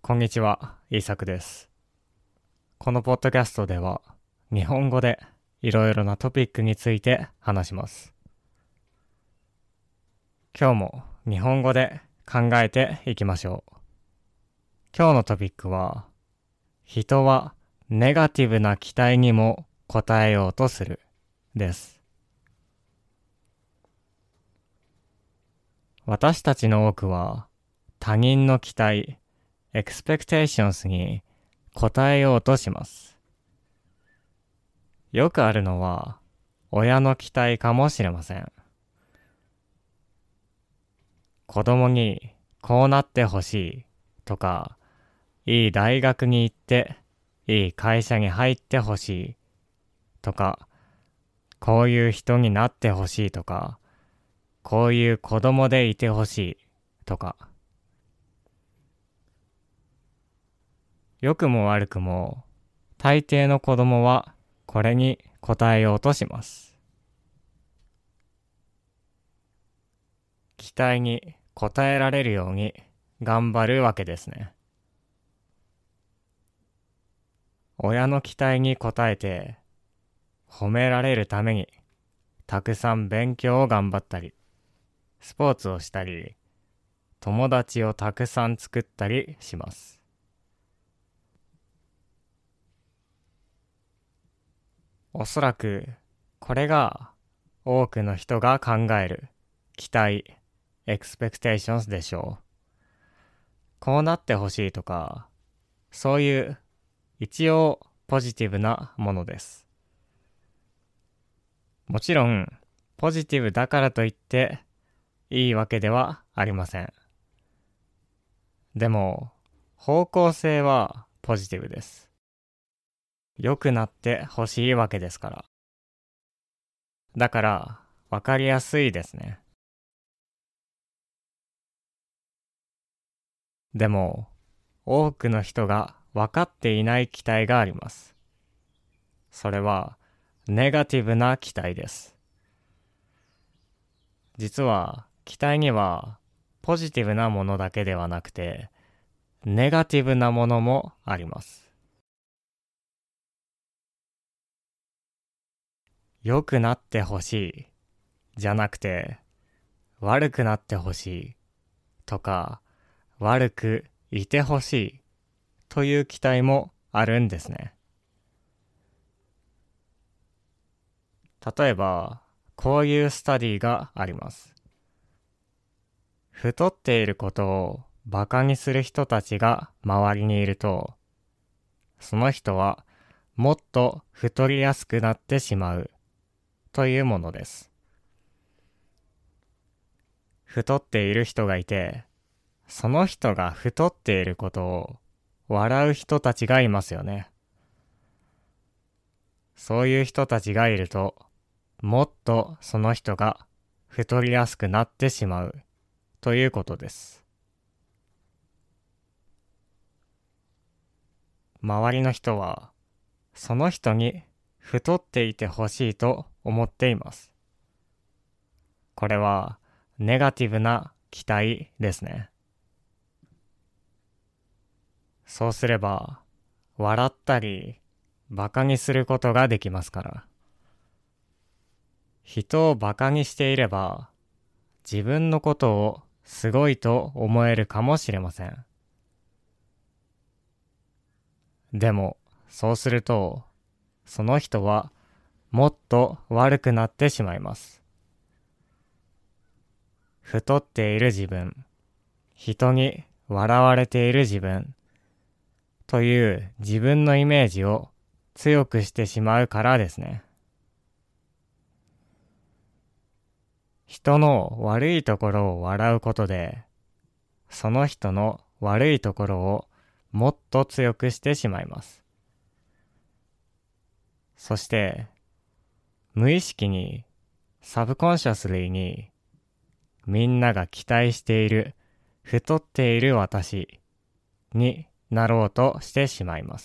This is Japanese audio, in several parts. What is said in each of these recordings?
こんにちは、イーサクです。このポッドキャストでは、日本語でいろいろなトピックについて話します。今日も日本語で考えていきましょう。今日のトピックは、人はネガティブな期待にも応えようとするです。私たちの多くは、他人の期待、expectations に応えようとします。よくあるのは、親の期待かもしれません。子供にこうなってほしいとか、いい大学に行っていい会社に入ってほしいとか、こういう人になってほしいとか、こういう子供でいてほしいとか、良くも悪くも大抵の子供はこれに応えようとします。期待に応えられるように頑張るわけですね。親の期待に応えて褒められるためにたくさん勉強を頑張ったり、スポーツをしたり、友達をたくさん作ったりします。おそらくこれが多くの人が考える期待、expectations でしょう。こうなってほしいとか、そういう一応ポジティブなものです。もちろんポジティブだからといっていいわけではありません。でも方向性はポジティブです。良くなってほしいわけですから。だからわかりやすいですね。でも多くの人が分かっていない期待があります。それはネガティブな期待です。実は期待にはポジティブなものだけではなくてネガティブなものもあります。良くなってほしいじゃなくて悪くなってほしいとか悪くいてほしいという期待もあるんですね。例えばこういうスタディがあります。太っていることをバカにする人たちが周りにいると、その人はもっと太りやすくなってしまうというものです。太っている人がいて、その人が太っていることを笑う人たちがいますよね。そういう人たちがいると、もっとその人が太りやすくなってしまうということです。周りの人はその人に太っていてほしいと思っています。これはネガティブな期待ですね。そうすれば笑ったりバカにすることができますから。人をバカにしていれば自分のことをすごいと思えるかもしれません。でもそうするとその人はもっと悪くなってしまいます。太っている自分、人に笑われている自分という自分のイメージを強くしてしまうからですね。人の悪いところを笑うことで、その人の悪いところをもっと強くしてしまいます。そして無意識にサブコンシャスリーにみんなが期待している太っている私になろうとしてしまいます。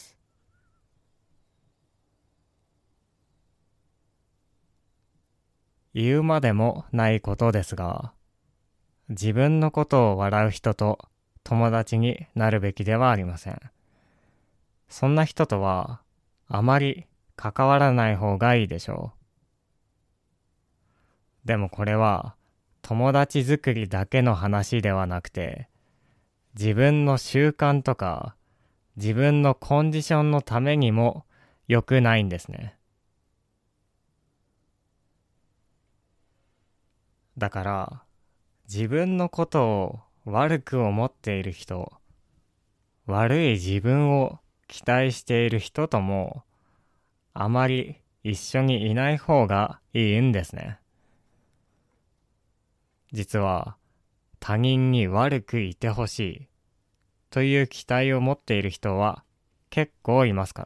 言うまでもないことですが、自分のことを笑う人と友達になるべきではありません。そんな人とはあまり関わらない方がいいでしょう。でもこれは友達作りだけの話ではなくて、自分の習慣とか自分のコンディションのためにも良くないんですね。だから自分のことを悪く思っている人、悪い自分を期待している人ともあまり一緒にいない方がいいんですね。実は他人に悪くいてほしいという期待を持っている人は結構いますから。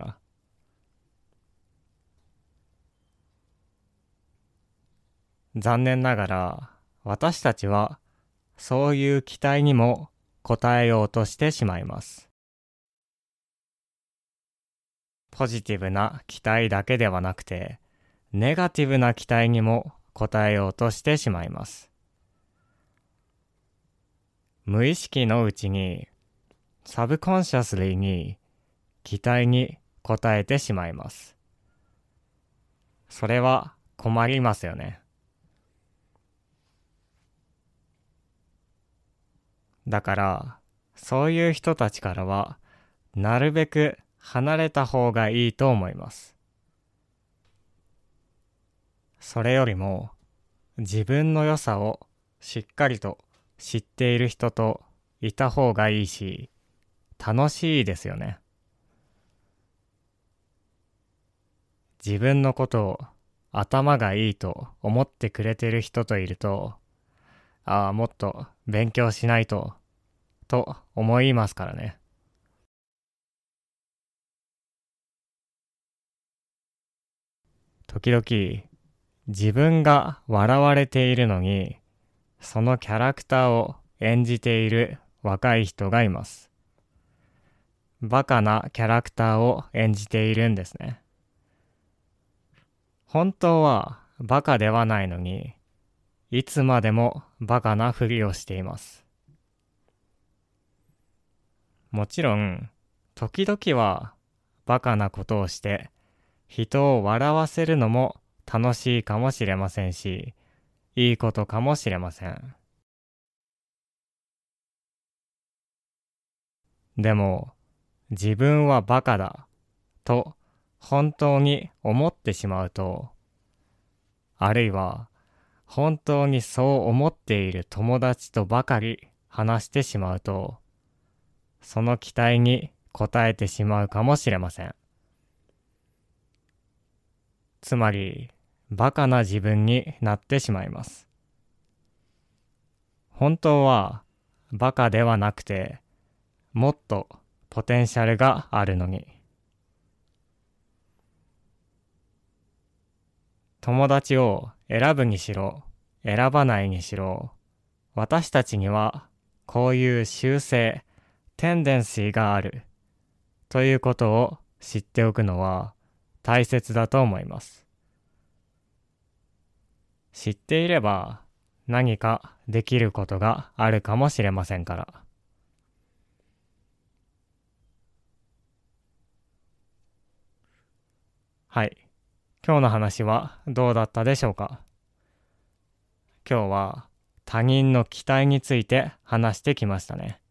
残念ながら私たちはそういう期待にも応えようとしてしまいます。ポジティブな期待だけではなくて、ネガティブな期待にも応えようとしてしまいます。無意識のうちに、サブコンシャスリーに期待に応えてしまいます。それは困りますよね。だから、そういう人たちからは、なるべく離れた方がいいと思います。それよりも、自分の良さをしっかりと知っている人といた方がいいし、楽しいですよね。自分のことを頭がいいと思ってくれてる人といると、もっと勉強しないと、と思いますからね。時々、自分が笑われているのに、そのキャラクターを演じている若い人がいます。バカなキャラクターを演じているんですね。本当はバカではないのに、いつまでもバカなふりをしています。もちろん、時々はバカなことをして人を笑わせるのも楽しいかもしれませんし、いいことかもしれません。でも、自分はバカだと本当に思ってしまうと、あるいは本当にそう思っている友達とばかり話してしまうと、その期待に応えてしまうかもしれません。つまり、バカな自分になってしまいます。本当はバカではなくて、もっとポテンシャルがあるのに。友達を選ぶにしろ、選ばないにしろ、私たちにはこういう習性、テンデンシーがあるということを知っておくのは大切だと思います。知っていれば何かできることがあるかもしれませんから。はい。今日の話はどうだったでしょうか。今日は他人の期待について話してきましたね。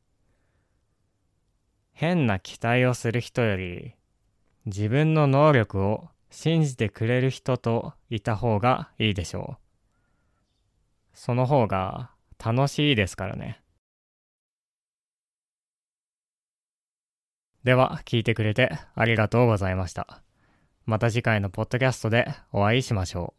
変な期待をする人より、自分の能力を信じてくれる人といた方がいいでしょう。その方が楽しいですからね。では、聞いてくれてありがとうございました。また次回のポッドキャストでお会いしましょう。